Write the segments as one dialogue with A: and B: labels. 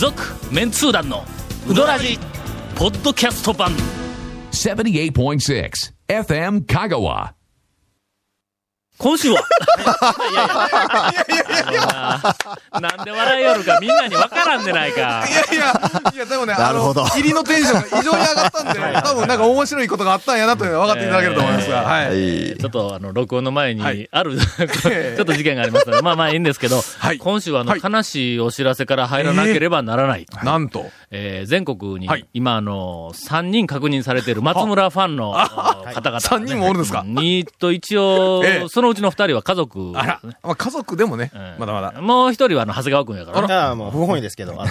A: 続メンツー団のウドラジポッドキャスト版
B: 78.6 FM 香川。
A: 今週はなんで笑いよるかみんなに分からんでないか。
C: いや、でもね、入りのテンションが異常に上がったんで、多分なんか面白いことがあったんやなというのは分かっていただけると思いますが、はい。
A: ちょっと録音の前にある、ちょっと事件がありますので、まあいいんですけど、今週は悲しいお知らせから入らなければならない。
C: なんと。
A: 全国に今3人確認されている松村ファンの方々。
C: 3人もおるんですか？
A: 一応、そのうちの2人は家族。
C: あら、まあ家族でもね、まだまだ。
A: もう1人は長谷川くんやからね。
D: ああ、もう不本意ですけど。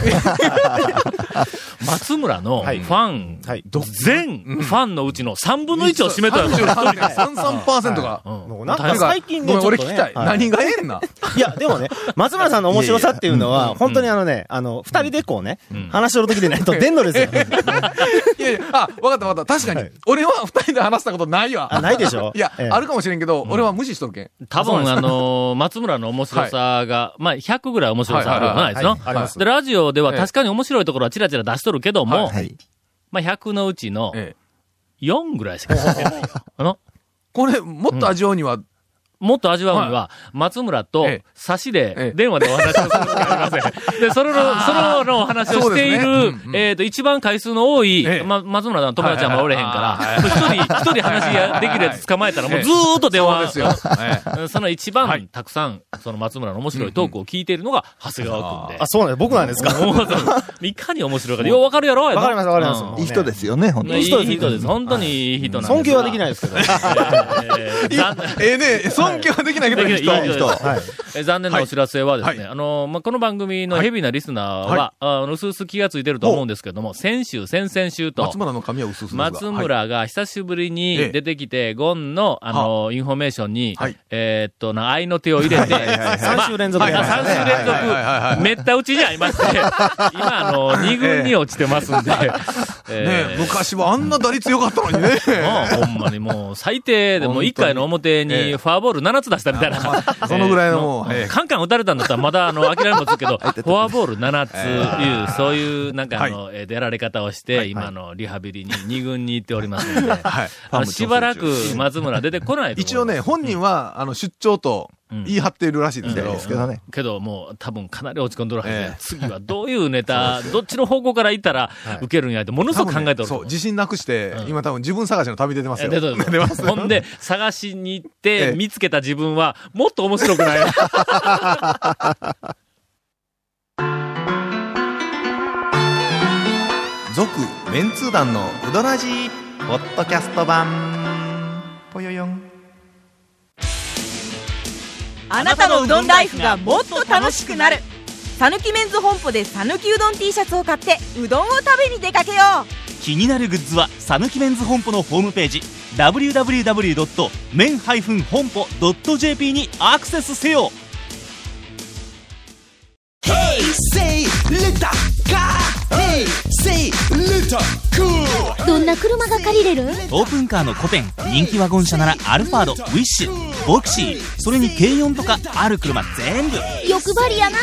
A: 松村のファン、全ファンのうちの3分の1を占めたよ。
C: 33% が。
D: なんか最近ね、
C: 俺聞きたい。何がええんな。
D: いや、でもね、松村さんの面白さっていうのは、本当に2人でこうね、話しとる時でないと出んのですよ。
C: いや、わかった。確かに。俺は2人で話したことないわ。
D: ないでしょ？
C: いや、あるかもしれんけど、俺は無視しとるけん。
A: 多分松村の面白さが、まあ100ぐらい面白さあるじゃないですの。で、ラジオでは確かに面白いところはチラチラ出しとるけども、まあ100のうちの4ぐらいしか出してない。
C: これ、もっと味わうには、
A: もっと味わうには、松村と差しで電話でお話をするしかありません。で、そのお話をしている、一番回数の多い、松村の友達はまあおれへんから、一人話ができるやつ捕まえたらもうずーっと電話。その一番たくさん、その松村の面白いトークを聞いているのが長谷川くんで。
D: あ、そうなんです。僕なんですか？
A: いかに面白いかで、ようわかるやろ？
D: わかります。
E: いい人ですよね、本当に。
A: いい人です。本当にいい人なんです。
D: 尊敬はできないですけど。
C: 尊敬はできないけど、いい人。
A: 残念なお知らせはですね、この番組のヘビーなリスナーは、うすうす気がついてると思うんですけども、先々週と、
C: 松村の髪はうすうすですが。
A: 松村が久しぶりに出てきて、ゴンの、インフォメーションに、愛の手を入れて、
D: 3週連続。
A: 3週連続、めった打ちに会いまして、今、2軍に落ちてますんで。
C: 昔はあんな打率良かったのにね。
A: ほんまにもう、最低でも1回の表にフォアボール7つ出したみたいな。
C: そのぐらいのもう、
A: カンカン打たれたんだったらまだ諦めもつくけど、フォアボール7ついう、そういうなんか出られ方をして、今のリハビリに2軍に行っておりますので、しばらく松村出てこないと。
C: 一応ね、本人は出張と言い張っているらしいですけど、
A: けどもう多分かなり落ち込んどるはずで、次はどういうネタ、どっちの方向から行ったら受けるんやってものすごく考えておる。
C: そう、自信なくして、今多分自分探しの旅出てますよ。
A: 出ます。ほんで、探しに行って、見つけた自分は、もっと面白くない。
F: 続、メンツー団のうどらじポッドキャスト版、ぽよよん。
G: あなたのうどんライフがもっと楽しくなる。さぬきメンズ本舗でさぬきうどん T シャツを買ってうどんを食べに出かけよう。
H: 気になるグッズはさぬきメンズ本舗のホームページ www.men-honpo.jp にアクセスせよ。
I: どんな車が借りれる？
H: オープンカーのコペン、人気ワゴン車ならアルファード、ウィッシュ、ボクシー、それに軽4とかある車全部
I: 欲張りやな。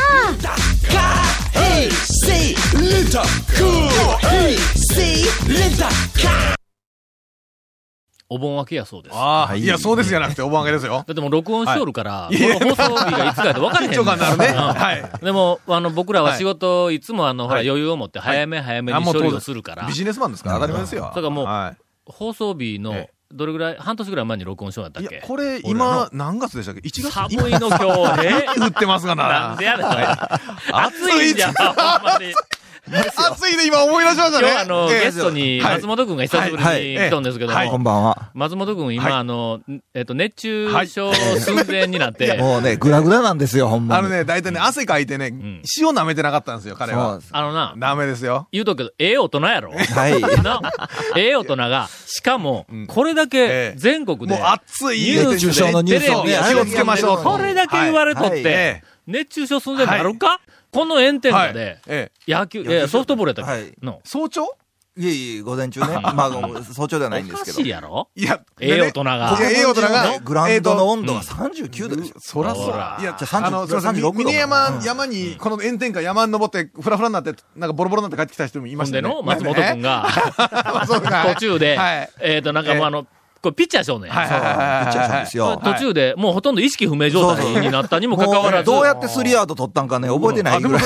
A: お盆明けやそうです。
C: いや、そうですじゃなくてお盆明けですよ。
A: だってもう録音しとるから、この放送日がいつかで分かれへん。
C: 緊張感なるね。はい。
A: でも、僕らは仕事、いつもほら余裕を持って早めに処理をするから。
C: ビジネスマンですから当たり前ですよ。
A: だからもう、放送日の、どれぐらい、半年ぐらい前に録音しようやったっけ？
C: いや、これ今、何月でしたっけ？ 1月？
A: 寒いの今日、
C: 降ってますがな。
A: なんでやねん。暑いんじゃん、ほんまに。
C: 暑いで今思い出しましたね。
A: 今日ゲストに松本くんが久しぶりに来たんですけども、
E: こんばんは。
A: 松本くん今熱中症寸前になって。
E: もうね、グラグラなんですよ、ほんまに。
C: だいたいね、汗かいてね、塩舐めてなかったんですよ、彼は。ダメですよ。
A: 言うとくけど、大人やろ？
E: はい。
A: 大人が、しかも、これだけ全国で、
C: もう暑い
E: 熱中症のニュースをね、
C: 気をつけましょう。
A: これだけ言われとって、熱中症寸前になるか？この炎天下で、野球、ソフトボールやったっけ？
C: 早朝
E: いえ、午前中ね。まあ、早朝ではないんですけど。
A: おかしいやろ？
C: いや、
A: 大人が。
C: いや、大人が。
E: グラウンドの温度が39度ですよ。
C: そらそう。いや、すいません、
E: 36度。
C: 峰山に、この炎天下山に登って、フラフラになって、なんかボロボロになって帰ってきた人もいましたね。
A: ほんでの、松本くんが、途中で、なんかもうこれピッチャー少年。
E: ピッチャー少年ですよ。
A: 途中でもうほとんど意識不明状態になったにもかかわらず。
E: どうやって3アウト取ったんかね、覚えてないぐらい。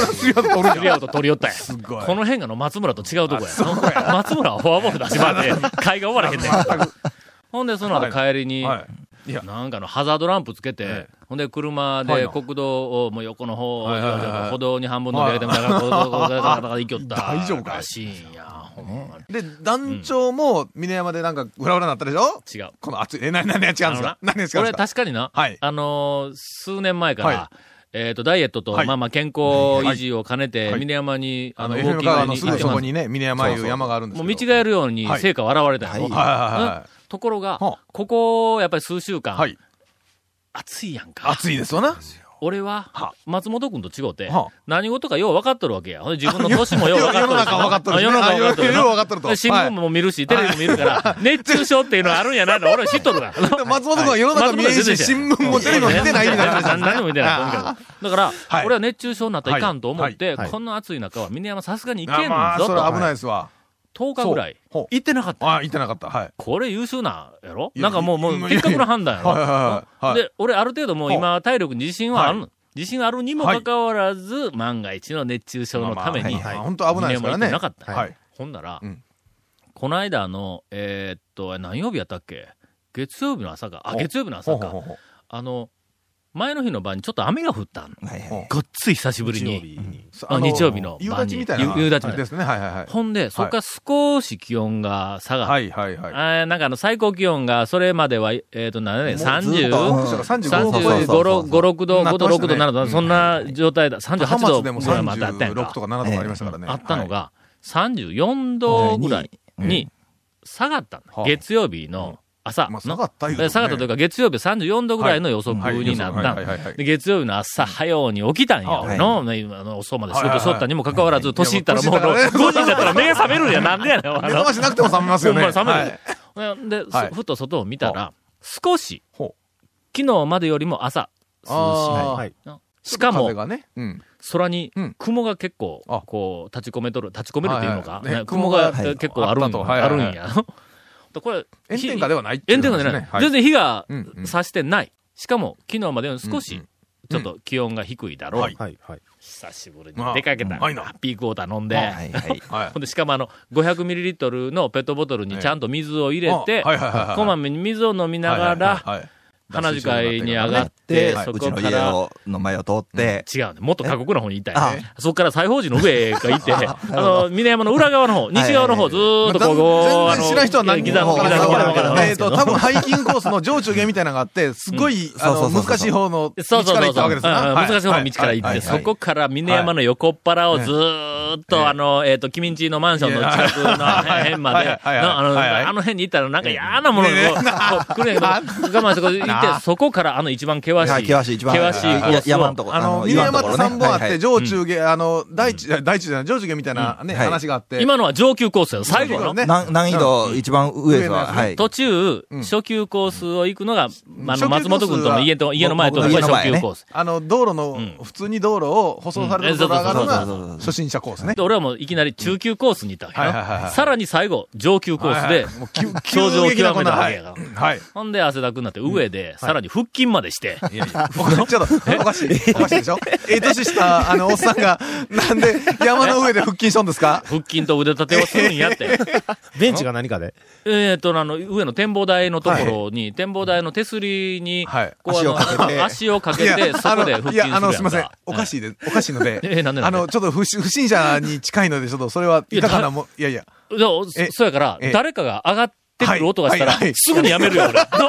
A: 3アウト取り寄ったんや。この辺が松村と違うとこや。松村はフォアボール出しまって、会が終わらへんねん。ほんで、その後帰りに、なんかのハザードランプつけて、ほんで車で国道をもう横の方、歩道に半分の出てみたいな、行きよった
C: 大丈夫から
A: しいんや。
C: で、団長も峰山でなんかフラフラになったでしょ？
A: 違う。
C: この暑い、何が違うんですか？何ですか？
A: これ確かにな、数年前から、ダイエットと、まあまあ健康維持を兼ねて、峰山に、
C: ウォーキングにすぐそこにね、峰山いう山があるんですけど。
A: もう見違えるように成果は現れたよ。ところが、ここ、やっぱり数週間、暑いやんか。
C: 暑いですわな。
A: 俺は、松本くんと違うて、何事かよう分かっとるわけや。自分の年もよう分かっとる。
C: 世の中分かっとる。
A: 世の中分かっとる。
C: よう分かっとると。
A: 新聞も見るし、テレビも見るから、熱中症っていうのはあるんやなって俺は知っとるから。
C: 松本くんは世の中見えんし、新聞もテレビも見てないみたいな話。
A: 何も見てない。だから、俺は熱中症になったらいかんと思って、こんな暑い中は峰山さすがに行けんぞと。
C: それ危ないですわ。
A: 10日ぐらい。行ってなかった。
C: 行ってなかった。はい。
A: これ優秀な、やろ？なんかもう、的確な判断やろ？で、俺ある程度もう今、体力に自信はあるの。自信あるにもかかわらず、万が一の熱中症のために、
C: 本当危ないですからね。
A: なかった。ほんなら、この間の、何曜日やったっけ？月曜日の朝か。月曜日の朝か。前の日の晩にちょっと雨が降ったん。ごっつい久しぶりに。日曜日の晩に。夕立みたいな。
C: ですね。
A: ほんで、そっから少し気温が下がって。なんか最高気温が、それまでは、35、6度、5度、6度、7度、そんな状態だ。38度ぐらいまであったやんか。
C: 36とか7とかありましたからね。
A: あったのが、34度ぐらいに下がったの。月曜日の、朝。
C: 下がった
A: というか、月曜日34度ぐらいの予測になった。月曜日の朝早うに起きたんや。俺の、遅まで仕事しとったにもかかわらず、年いったらもう、5時だったら目が覚めるんや。なんでやねん。
C: 目覚ましなくても覚めますよね。
A: 覚める。で、ふと外を見たら、少し、昨日までよりも朝、涼しい。しかも、空に雲が結構、こう、立ち込めるっていうのか、雲が結構あるんや。これ、
C: 炎天下ではない。
A: 炎天下ではない。全然日が差してない。しかも、昨日までより少し、ちょっと気温が低いだろう。久しぶりに出かけた。ピークウォーター飲んで。ほんで、しかも500ml のペットボトルにちゃんと水を入れて、こまめに水を飲みながら、花樹海に上がって、そこから。
E: うちの家の前を通って。
A: 違うね。もっと過酷な方に行ったよね。そこから西宝寺の上が行って、峰山の裏側の方、西側の方、ずーっとこう、
C: 全然知らん人は何も多分ハイキングコースの上中下みたいなのがあって、すごい、難しい方の道から行ったわけですね。
A: 難しい方の道から行って、そこから峰山の横っ腹をずーっと、君んちのマンションの近くの辺まで、あの辺に行ったらなんか嫌なものが来るんやけど、我慢してこう行って、そこから険しい。険しいコースを。
E: 山のとこ。
C: 峰山って3本あって、上中下、大地じゃない、上中下みたいなね、話があって。
A: 今のは上級コースよ、最後の。
E: 難易度一番上ですわ。
A: 途中、初級コースを行くのが、松本君との家の前との初級コース。
C: 道路の、普通に道路を舗装される道路上がるのが、初心者コースね。
A: 俺はもういきなり中級コースに行ったわけよ。さらに最後、上級コースで、頂上を極めたわけやから。ほんで汗だくになって上で、さらに腹筋までして。
C: いやいや、ちょっと、おかしいでしょ？年したおっさんが、なんで山の上で腹筋しとんですか？
A: 腹筋と腕立てをするんやって。
D: ベンチが何かで？
A: 上の展望台のところに、展望台の手すりに、足をかけて、そこで腹筋するやんか。
C: いや、すいません。おかしいので、ちょっと不審者に近いので、ちょっとそれはいかがなも、いやいや。
A: そうやから、誰かが上がってくる音がしたら、すぐにやめるよ、俺。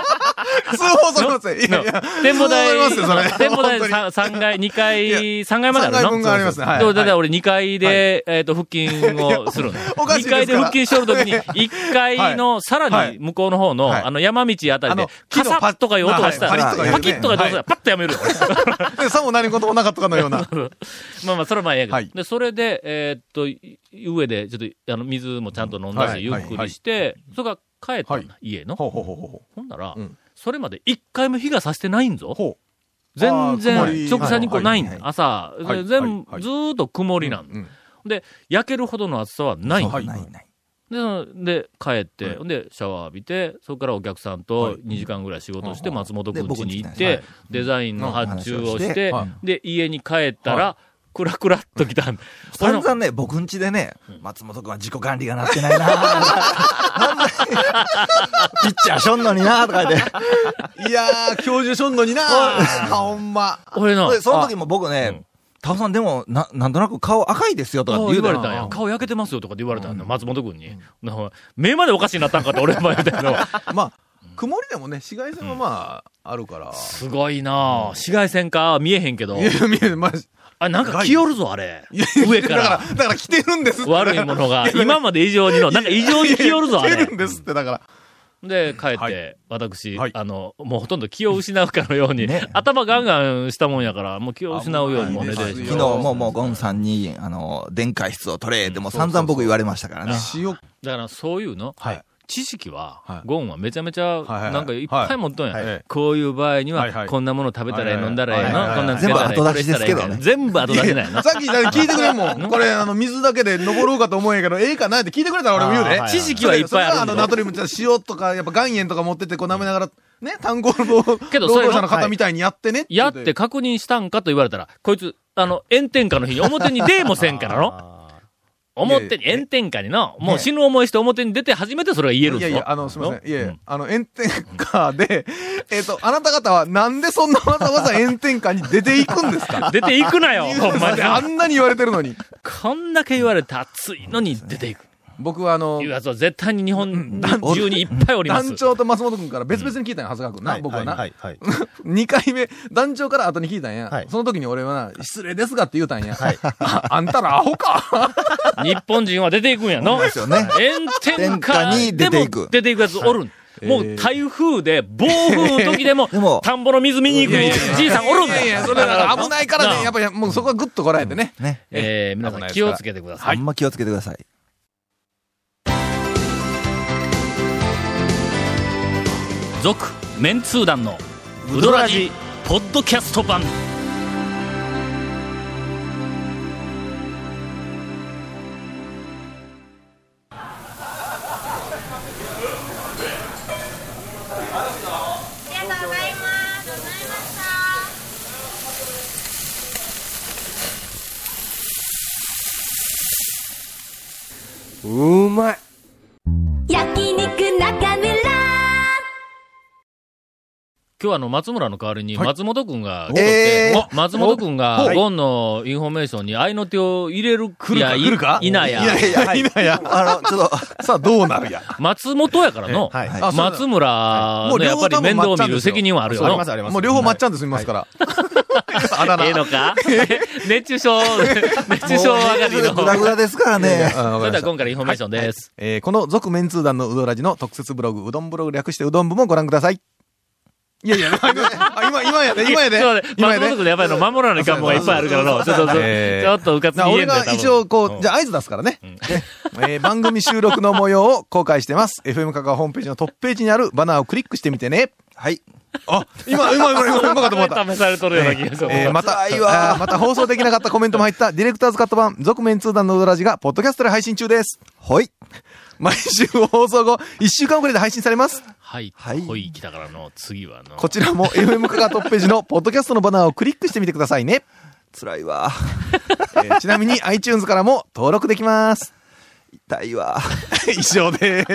C: 放送しますよ。いやいや。
A: 展望台、
C: 通報されますよそれ
A: 展望台3階、2階、3階まであるの
C: ?3 階分がありますね。はい。
A: だいたい俺2階で、腹筋をするの。2階で腹筋しょるときに、1階のさらに向こうの方の、山道あたりで、カサッとかいう音がしたら、パキッとかいう音がパッとやめるよ。
C: で、さも何事もなかったかのような。
A: まあまあ、それはまあええけど。で、それで、上で、ちょっと、水もちゃんと飲んだし、ゆっくりして、それから帰ったんだ、家の。ほんなら、それまで1回も日が差してないんぞ。全然、直射日光ないんだ。朝、ずーっと曇りなんで、焼けるほどの暑さはないんだ。で、帰って、で、シャワー浴びて、そこからお客さんと2時間ぐらい仕事して、松本くん家に行って、デザインの発注をして、で、家に帰ったら、クラクラっと来た。
E: 散々ね、僕ん家でね、松本くんは自己管理がなってないなピッチャーしょんのになとか言って。
C: いやー、教授しょんのになほんま。
A: 俺の。
E: その時も僕ね、タオさんでも、なんとなく顔赤いですよとかって
A: 言われたんや。顔焼けてますよとかって言われたんだ、松本くんに。目までおかしになったんかって俺も言うたけど。
C: まあ、曇りでもね、紫外線はまあ、あるから。
A: すごいなぁ。紫外線か、見えへんけど。
C: いや、見えへん、まあ、
A: なんか来よるぞ、あれ。上から。
C: だから来てるんですって。
A: 悪いものが、今まで以上にの、なんか異常に来よるぞ、あれ。
C: 来てるんですって、だから。
A: で、帰って、私、もうほとんど気を失うかのように、頭ガンガンしたもんやから、もう気を失うようにも寝て。
E: 昨日もうゴンさんに、電解質を取れ、でも散々僕言われましたからね。
A: だからそういうの、知識は、ゴンはめちゃめちゃ、なんかいっぱい持っとんや。こういう場合には、こんなもの食べたらええ、飲んだらええの、こんなんつけたらええ、これしたらええから。全部後出しないの。
C: さっき聞いてくれもん。これ、水だけで登ろうかと思うんやけど、ええかなって聞いてくれたら俺も言うで。
A: 知識はいっぱいある。
C: ナトリウム、塩とか、やっぱ岩塩とか持ってって、こう舐めながら、ね、炭鉱の労働者の方みたいにやってね。
A: やって確認したんかと言われたら、こいつ、炎天下の日に表に出もせんからの。表に、炎天下にの、もう死ぬ思いして表に出て初めてそれが言えるんですよ。
C: いやいや、すみません。いや炎天下で、あなた方はなんでそんなわざわざ炎天下に出ていくんですか？
A: 出ていくなよ、ほんまに。
C: あんなに言われてるのに。
A: こんだけ言われて暑いのに出ていく。
C: 僕は
A: いうやつは絶対に日本中にいっぱいおります。
C: 団長と松本君から別々に聞いたんや、長谷川君な、僕はな。2回目、団長から後に聞いたんや。その時に俺はな、失礼ですがって言うたんや。あんたらアホか
A: 日本人は出ていくんやの。
E: ですよね。
A: 炎天下に出ていく。出ていくやつおるん。もう台風で、暴風の時でも、田んぼの水見に行くじいさんおるんだ。
C: いやいや、それだから危ないからね、やっぱりもうそこはグッとこらえてね。
A: 皆さん気をつけてください。
E: ほんま気をつけてください。
A: 続メンツー団のウドラジポッドキャスト版。
C: うまい。
I: 焼肉中村。
A: 今日は松村の代わりに松本くんが来て、松本くんがゴンのインフォメーションに合いの手を入れる
C: 来るか
A: いなや。
C: いなや。ちょっと、さあどうなるや。
A: 松本やからの、松村のやっぱり面倒を見る責任はあるよの。
C: もう両方まっちゃんで済みますから。
A: ええのか熱中症上がりの。
E: グラグラですからね。
A: それでは今回のインフォメーションです。
C: この続メンツー団のうどらじの特設ブログ、うどんブログ略してうどん部もご覧ください。いやいや、今やで。
A: 松本くんやっぱり守らないかんもんがいっぱいあるからの。ちょっとうかつに言えんだよ。
C: 俺が一応じゃあ合図出すからね。番組収録の模様を公開してます。FM カカホームページのトップページにあるバナーをクリックしてみてね。はい。あ、今かと思った。
A: 試されとるような気がする。
C: また放送できなかったコメントも入ったディレクターズカット版、続メンツー団のうどらじがポッドキャストで配信中です。はい。毎週放送後、1週間遅れで配信されます。
A: はい。ほい、来たからの、次はの。
C: こちらも FM カカトップページのポッドキャストのバナーをクリックしてみてくださいね。
E: 辛いわ。
C: ちなみに iTunes からも登録できます。
E: 痛いわ。
C: 以上です。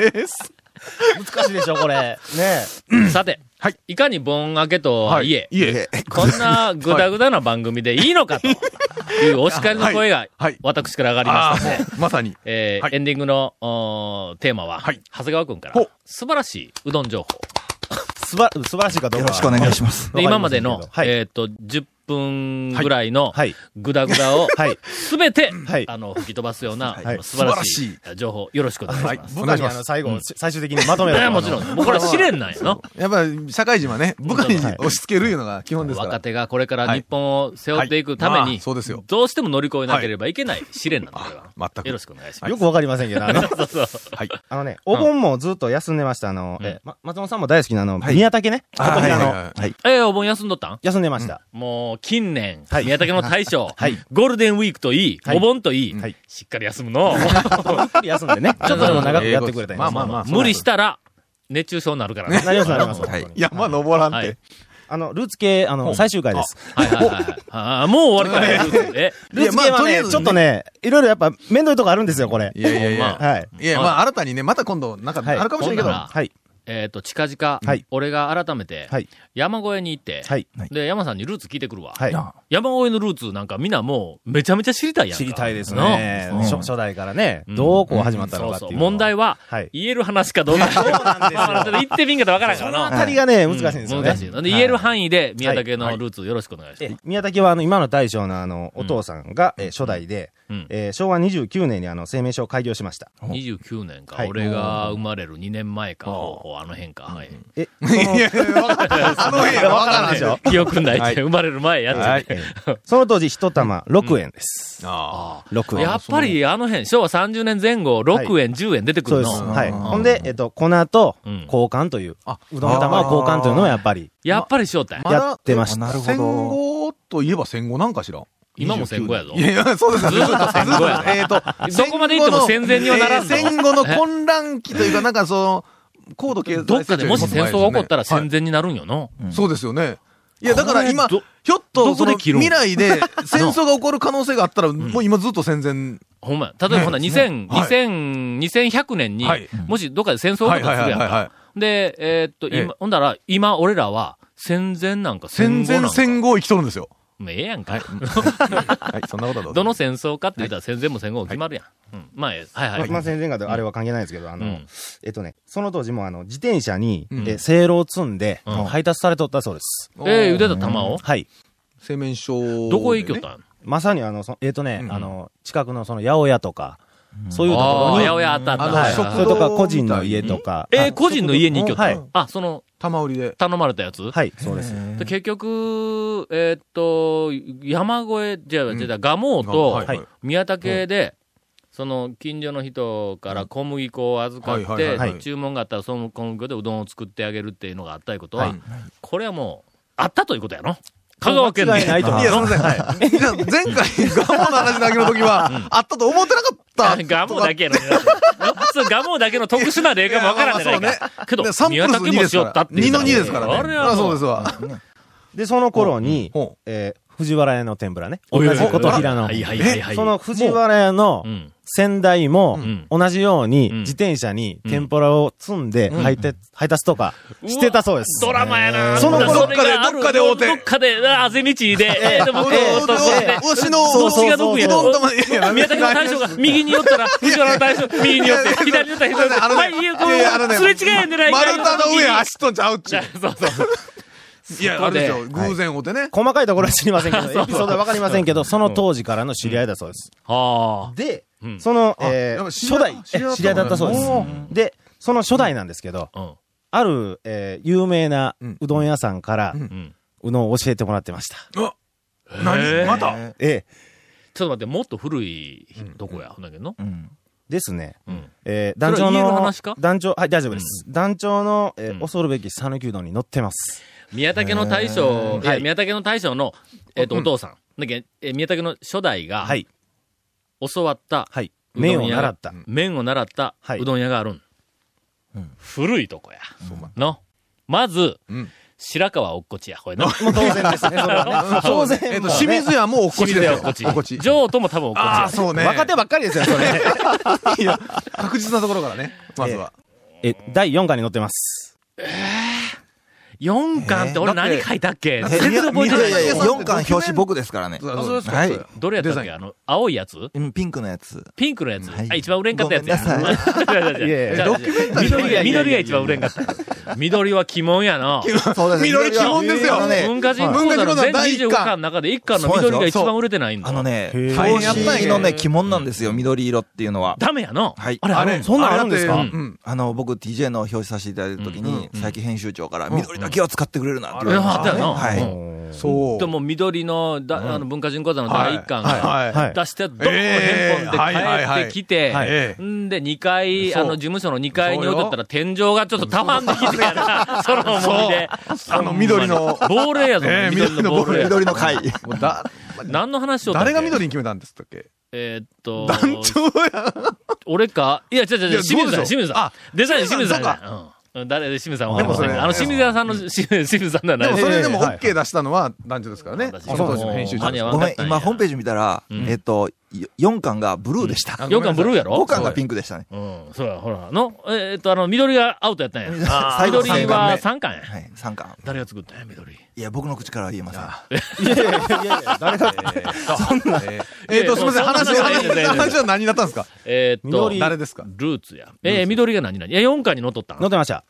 D: 難しいでしょ、これ。ね
A: さて。いかに盆明けとはいえ、こんなぐだぐだな番組でいいのかというお叱りの声が私から上がりましたので、
C: まさに、
A: エンディングのテーマは、長谷川くんから素晴らしいうどん情報。
D: 素晴らしいかどうか。
E: よろしくお願いします。
A: で、今までの、10分ぐらいの、ぐだぐだを、すべて、吹き飛ばすような、素晴らしい情報、よろしくお願いします。
D: 部下に最後、最終的にまとめる。
A: もちろん。もうこれは試練なんやの。
C: やっぱり、社会人はね、部下に押し付けるいうのが基本ですから。
A: 若手がこれから日本を背負っていくために、どうしても乗り越えなければいけない試練なんだよ。
C: 全く。
A: よろしくお願いします。
D: よくわかりませんけど、お盆もずっと休んでました。松本さんも大好きな宮武ね。
A: お盆休んどったん？
D: 休んでました。
A: もう、近年、宮武の大将、ゴールデンウィークといい、お盆といい、しっかり休むの。
D: ゆっくり休んでね。ちょっとでも長くやってくれたり。
A: 無理したら、熱中症になるからね。
D: なります、なります。
C: 山登らんって。
D: ルーツ系、最終回です。
A: もう終わりかね。
D: ルーツ系はね、ちょっとね、いろいろやっぱ、面倒いとこあるんですよ、これ。
C: いや、新たにね、また今度、なんか、あるかもしれんけど。
A: 近々、俺が改めて、山越えに行って、で、山さんにルーツ聞いてくるわ。山越えのルーツなんかみんなもう、めちゃめちゃ知りたいやんか。
D: 知りたいですね。初代からね、どうこう始まったのかっていう。
A: 問題は、言える話かどうか。そうなんですよ。言ってみんかとわからんからな。
D: そのあたりがね、難しいんですよね。
A: 難しい。で、言える範囲で、宮武のルーツよろしくお願いします。
D: 宮武は、今の大将のお父さんが、初代で、昭和29年に製麺所を開業しました。
A: 29年か。俺が生まれる2年前か。あの辺か。はい。
C: いや、あの辺はわからんでしょ。
A: 記憶ないって生まれる前やって。
D: その当時一玉6円です。6円。
A: やっぱりあの辺、昭和30年前後、6円、10円出てくるの。
D: はい。ほんで、粉と交換という、うどん玉を交換というのはやっぱり。
A: やっぱりしようたん
D: やってました。
C: 戦後といえば戦後なんかしら。
A: 今も戦後やぞ。
C: いや、そうです。
A: ずっと戦後やね。どこまで行っても戦前にはならんぞ。
C: 戦後の混乱期というか、なんか高度経済
A: どっかでもし戦争が起こったら戦前になるんよな。
C: そうですよね。いや、だから今、ひょっと、未来で戦争が起こる可能性があったら、もう今ずっと戦前。
A: ほんま。例えばほんな2100年に、もしどっかで戦争が起こったらするやんか。で、ほんだら、今、俺らは、戦前なんか
C: 戦前戦後生きとるんですよ。
A: ええやんか。
C: はい、そんなことは
A: どの戦争かって言ったら戦前も戦後も決まるやん。まあ、
D: まあ戦前かとあれは関係ないですけど、その当時も自転車に、せいろを積んで、配達されとったそうです。
A: 茹でた玉を
D: はい。
C: 製麺所。
A: どこへ行きよったん？
D: まさに近くの八百屋とか、そういうところに。
A: 八百屋あったあった。
D: それとか個人の家とか。
A: 個人の家に行きよったん？あ、
C: 玉売りで。
A: 頼まれたやつ？
D: はい、そうです。
A: 結局、山越え、じゃあ、蒲生と宮武で、近所の人から小麦粉を預かって、注文があったらその小麦粉でうどんを作ってあげるっていうのがあったいうことは、これはもう、あったということやろ？香川県で。
C: いや、すみません。前回、蒲生の話だけの時は、あったと思ってなかった。
A: 蒲生だけやのに。蒲生だけの特殊な例かもわからんじゃないか。けど、宮武もしよったっていう。
C: 2の2ですからね。あれはそうですわ。
D: で、その頃に、藤原屋の天ぷらね。同じ琴平の。その藤原屋の先代も同じように自転車に天ぷらを積んで配達とかしてたそうです。
A: ドラマやな。
C: その頃どっかで会うて。
A: どっかで、あぜ道で、
C: わしの、
A: どっちがどくや宮武の大将が右に寄ったら、藤原の大将右に寄って、左に寄ったら、前にすれ違いんでないか。
C: 丸太の上走っとんちゃうっちゅう。
A: そうそう。
C: いや、あれですよ。偶然おてね。
D: 細かいところは知りませんけど、エピソードはわかりませんけど、その当時からの知り合いだそうです。で、その、初代、知り合いだったそうです。で、その初代なんですけど、ある、有名なうどん屋さんから、うどんを教えてもらってました。
C: 何また
A: ちょっと待って、もっと古いとこや、だけど
D: ですね。団長の、はい、大丈夫です。団長の、恐るべき讃岐うどんに乗ってます。
A: 宮武の大将、宮武の大将の、お父さん。だけ宮武の初代が、教わった、
D: 麺を習った。
A: 麺を習ったうどん屋があるん。古いとこや。の。まず、白川おっこちや、これの。
D: もう当然ですね、それはね。当然。
C: 清水屋もおっこちですよ。おっこち。
A: 上都も多分おっこちや。
C: そうね。
D: 若手ばっかりですよ、それ。
C: いや、確実なところからね、まずは。
D: 第4巻に載ってます。
A: 4巻って俺何書いたっけ全然覚えてない。
E: 4巻表紙僕ですからね。
C: はい。
A: どれやったっけ青いやつ
E: ピンクのやつ。
A: ピンクのやつ一番売れんかったやつや。緑が一番売れんかった。緑は鬼門やな。
C: 緑鬼門ですよ。
A: 文化人講座の全25巻の中で1巻の緑が一番売れてないんだ。
E: 表紙のね、鬼門なんですよ、緑色っていうのは。
A: ダメやな。
E: はい。
D: あれ、そんなんあるんですか？
E: 僕 TJ の表紙させていただいた時に、佐伯編集長から緑だけは使ってくれるなって
A: 言われましたよ。
E: はい。
C: そう。
A: でも緑の文化人講座の第1巻が出して、どんどん返本で帰ってきて、んで2階、事務所の2階に置いとったら天井がちょっとたまんできてやな、その重みで。
C: 緑の。
A: ボールやぞ、緑のボールや。
E: 緑の貝。
A: 何の話を誰
C: が緑に決めたんですっけ？団長や。
A: 俺か？いや、違う、清水さん。デザイン清水さんじゃない。誰で清水さんは。清水屋さんの清水さんではない。
C: でもそれでも OK 出したのは団長ですからね。その当時の編集長。
E: ごめん、今ホームページ見たら、4巻がブルーでした。
A: 4巻ブルーやろ？
E: 5巻がピンクでしたね。
A: そうや、ほら。緑がアウトやったんや。緑は3巻や。
E: はい、3巻。
A: 誰が作ったんや、緑。
E: いや、僕の口からは言えません。
D: いや、誰が、そんな。
C: すみません、話は何になったんですか？
A: 緑、
C: 誰ですか？
A: ルーツや。緑が何いや、4巻に乗っとったの？
D: 乗ってました。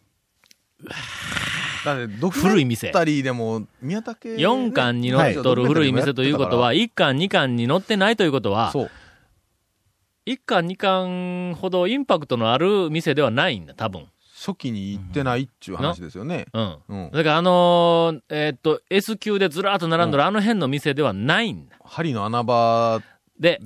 A: 古い店。
C: でも、宮武。
A: 4巻に乗っとる古い店ということは、1巻、2巻に乗ってないということは、1巻、2巻ほどインパクトのある店ではないんだ、多分。
C: 初期に行ってないっちゅう話ですよね。
A: だからS 級でずらーっと並んどるあの辺の店ではないんだ。
C: 針の穴場
A: で、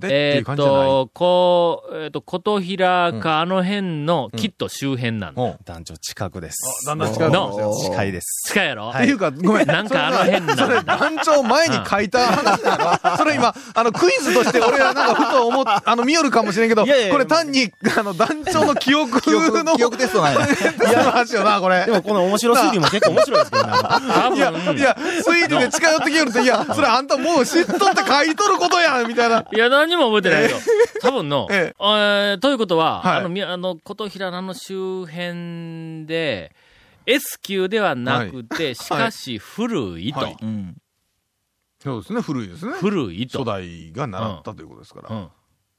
A: 琴平かあの辺のきっと周辺なんだ。
D: 団長近くです。
C: だんだん近く
D: の近いです。
A: 近いやろ？
C: っていうか、ごめん。
A: なんかあの辺なんだ。
C: それ団長前に書いた話だろ？それ今、クイズとして俺はなんかふと見よるかもしれんけど、これ単に、団長の記憶の。
E: 記憶テストないな。
C: いや、話よな、これ。
D: でもこの面白推理も結構面白いですけどね。
C: いや、推理で近寄ってきよるって、いや、それあんたもう知っとって書いとることやん、みたいな。
A: いや、何も覚えてないよ。多分の、ということは、琴平の周辺で、S 級ではなくて、しかし古いと。
C: そうですね、古いですね。
A: 古いと。
C: 初代が習ったということですから。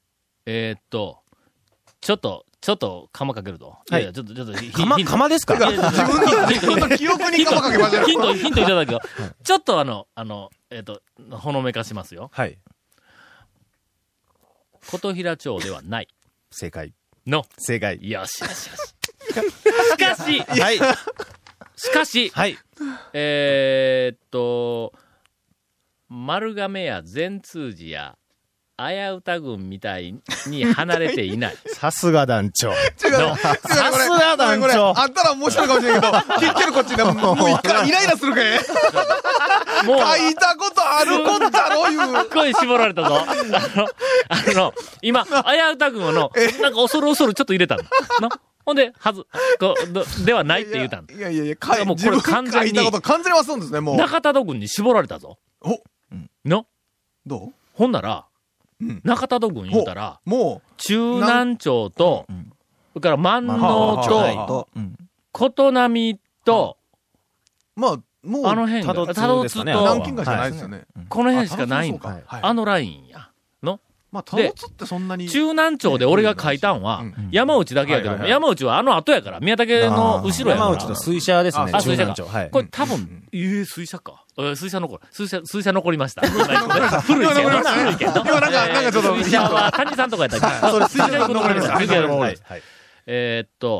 A: ちょっと、釜かけると。
D: はい。
A: ちょっと、
D: 釜ですか？
C: 自分の記憶に釜かけましょう。
A: ヒントいただくよ。ちょっとほのめかしますよ。
D: はい。
A: 琴平町ではない。
D: 正解。
A: 正解。よし。しかし、
D: はい。
A: 丸亀や善通寺や、綾歌郡みたいに離れていない。
D: さすが団長。
C: さすが団長。あったら面白いかもしれんけど、結局こっちでもうイライラするけ。もう。書いたことあるこったろいう。
A: すっごい絞られたぞ。今、綾歌郡の、なんか恐るちょっと入れたの。ほんで、ではないって言うたんだ。
C: いや、
A: もうこれ完全に。
C: 書いたこと完全に忘るんですね、もう。
A: 中田戸郡に絞られたぞ。
C: どう？
A: ほんなら、中田戸郡言うたら、もう、中南町と、それから万能と、琴波と、
C: まあ、もう、
A: あの辺が、多度津と、
C: 南京街じゃないですよね。
A: この辺しかないんだ。あのラインや。
C: まあ、多度津ってそんなに。
A: 中南町で俺が書いたんは、山内だけやけど、山内はあの後やから、宮武の後ろやから。
D: 山内の水車ですね、
A: 水車か。これ多分、水車か。水車残りました。古いけど。今なんかちょっと。水車は谷さんとかやったっけ？それ水車残りました。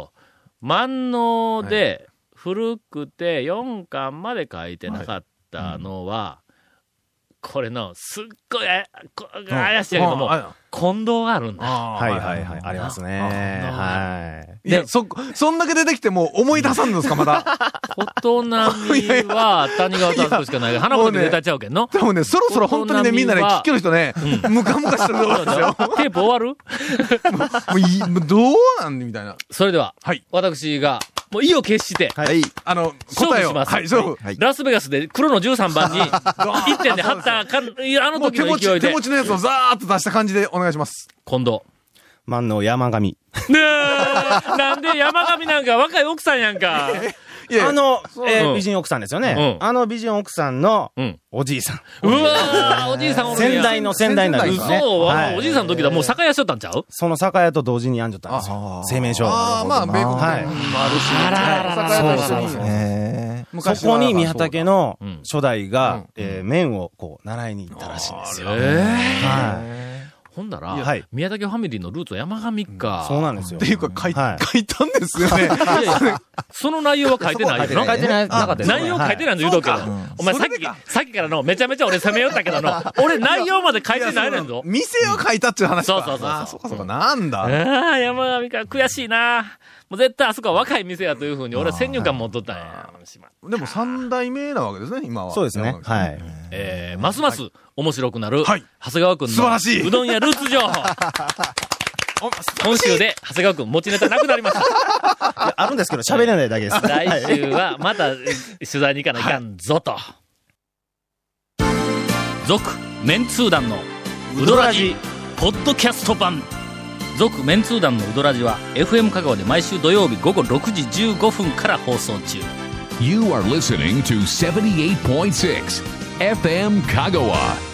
A: 万能で古くて4巻まで書いてなかったのは、これの、すっごい怪しいけども、近藤があるんだ。
D: はい。ありますね。はい。
C: で、そんだけ出てきても思い出さんのですか、まだ。
A: 琴波は谷川とあそこしかない。花子で出たっちゃうけんの？
C: 多分ね、そろそろ本当にね、みんなね、聞ける人ね、ムカムカしてると思うんですよ。
A: テープ終わる？
C: もうどうなんみたいな。
A: それでは、私が、もう意を決して、
C: 勝
A: 負します。ラスベガスで黒の13番に、1点で張った、あの時の勢いで。
C: 手持ちのやつをザーッと出した感じでお願いします。
A: 今度、
D: 万能山上。
A: ねえ、なんで山上なんか若い奥さんやんか。
D: 美人奥さんですよね。美人奥さんのおじいさん。
A: うわー、おじいさんおるんや。
D: 先代になるんですね。
A: そう、おじいさんの時だもう酒屋しとったんちゃう？
D: その酒屋と同時にやんじゃったんですよ。製麺所。
C: まあ、米国もあるし。
A: あら
D: そう。そこに宮武の初代が、麺をこう、習いに行ったらしいんですよ。
A: ほんだら、宮武ファミリーのルーツは山上か。
D: そうなんですよ。
C: っていうか、書いたんですよね。
A: その内容は書いてないよな。
D: 書いてなかったです。
A: 内容書いてないの言うとくけど。お前さっきからのめちゃめちゃ俺責めよったけどの、俺内容まで書いてないねんぞ。
C: 店を書いたっていう話か。
A: そう。
C: そうか、なんだ。
A: 山上か、悔しいな。もう絶対あそこは若い店やというふうに俺は先入観持っとったんや。
C: でも3代目なわけですね、今は。
D: そうですね。はい。
A: ますます面白くなる、長谷川くんのうどん屋ルーツ情報。今週で長谷川くん持ちネタなくなりました。
D: あるんですけど喋れないだけです。
A: 来週はまた取材に行かないかんぞと。続メンツー団のうどらじポッドキャスト版。続メンツー団のうどらじは FM 香川で毎週土曜日午後6時15分から放送中。
B: You are listening to 78.6 FM 香川。